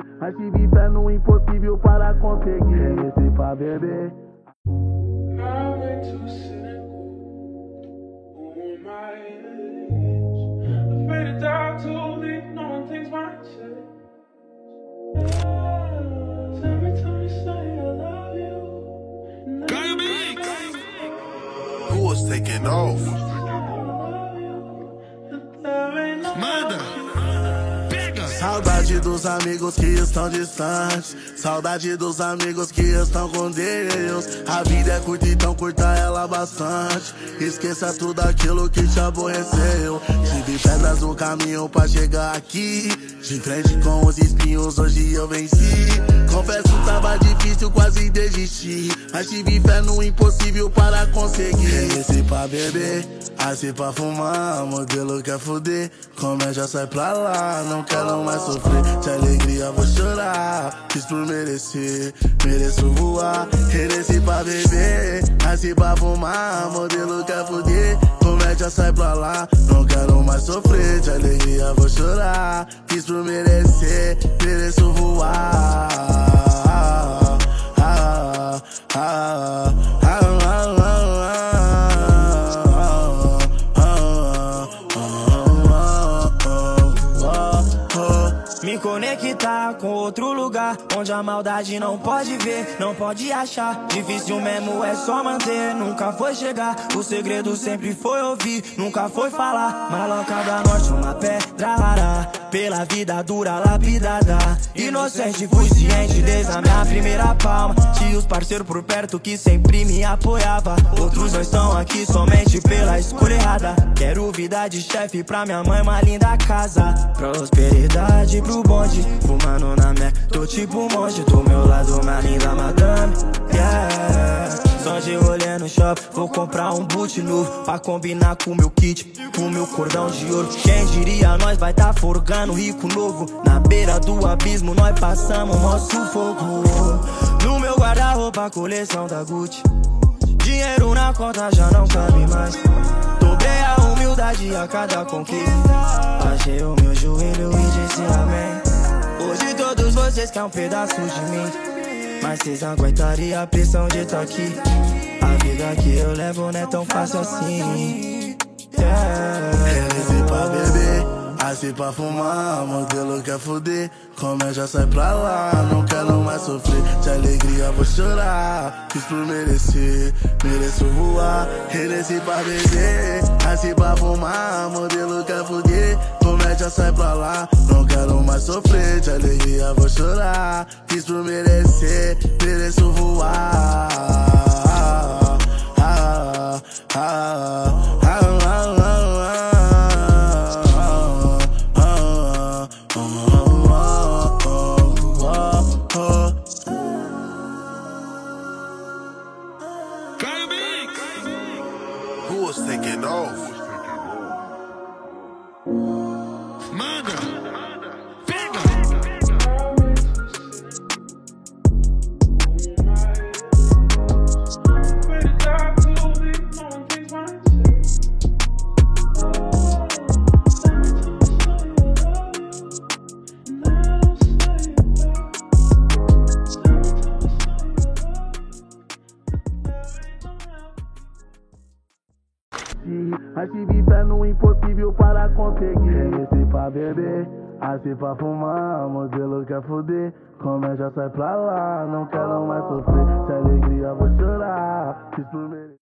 Mas tive fé no impossível para conseguir. Esse pra beber. Who was taking off? Manda! Pega! Saudade dos amigos que estão distantes. Saudade dos amigos que estão com Deus. A vida é curta, então curta ela bastante. Esqueça tudo aquilo que te aborreceu. Tive pedras no caminho pra chegar aqui. De frente com os espinhos, hoje eu venci. Confesso, tava difícil, quase desisti. Mas tive fé no impossível para conseguir. Esse pra beber, assim pra fumar. Modelo quer fuder, comédia sai pra lá. Não quero mais sofrer, de alegria vou chorar. Fiz por merecer, mereço voar. Esse pra beber, assim pra fumar. Modelo quer fuder, comédia sai pra lá. Não quero mais sofrer, de alegria vou chorar. Fiz por merecer, mereço voar. Me conectar com outro lugar, onde a maldade não pode ver, não pode achar. Difícil mesmo é só manter, nunca foi chegar. O segredo sempre foi ouvir, nunca foi falar. Maloca da norte, uma pedra rara, pela vida dura lapidada. Inocente, fui ciente desde a minha primeira palma. Tinha os parceiros por perto que sempre me apoiava. Outros não estão aqui somente pela escolha errada. Quero vida de chefe pra minha mãe, uma linda casa. Prosperidade pro bonde, fumando na Mac, tô tipo monge. Do meu lado, minha linda madame, yeah. Só de rolê no shopping, vou comprar um boot novo pra combinar com meu kit, com meu cordão de ouro. Quem diria, nós vai tá forgando rico novo. Na beira do abismo, nós passamos nosso fogo. No meu guarda-roupa, coleção da Gucci. Dinheiro na conta já não cabe mais. Dobrei a humildade a cada conquista. Achei o meu joelho e disse amém. Hoje todos vocês querem um pedaço de mim, mas vocês aguentariam a pressão de estar aqui. A vida que eu levo não é tão fácil assim, yeah. Esse pra beber, assim pra fumar. Modelo quer fuder, comédia sai pra lá. Não quero mais sofrer, de alegria vou chorar. Fiz por merecer, mereço voar. Esse pra beber, assim pra fumar. Modelo quer fuder, comédia sai pra lá. Não quero mais sofrer, de alegria vou chorar. Fiz por merecer, mereço voar. Who was taking off? Manda! Pega! Mas tive fé no impossível para conseguir. Esse pra beber, assim pra fumar. Modelo quer fuder, comédia sai pra lá. Não quero mais sofrer, de alegria vou chorar. Fiz por merecer.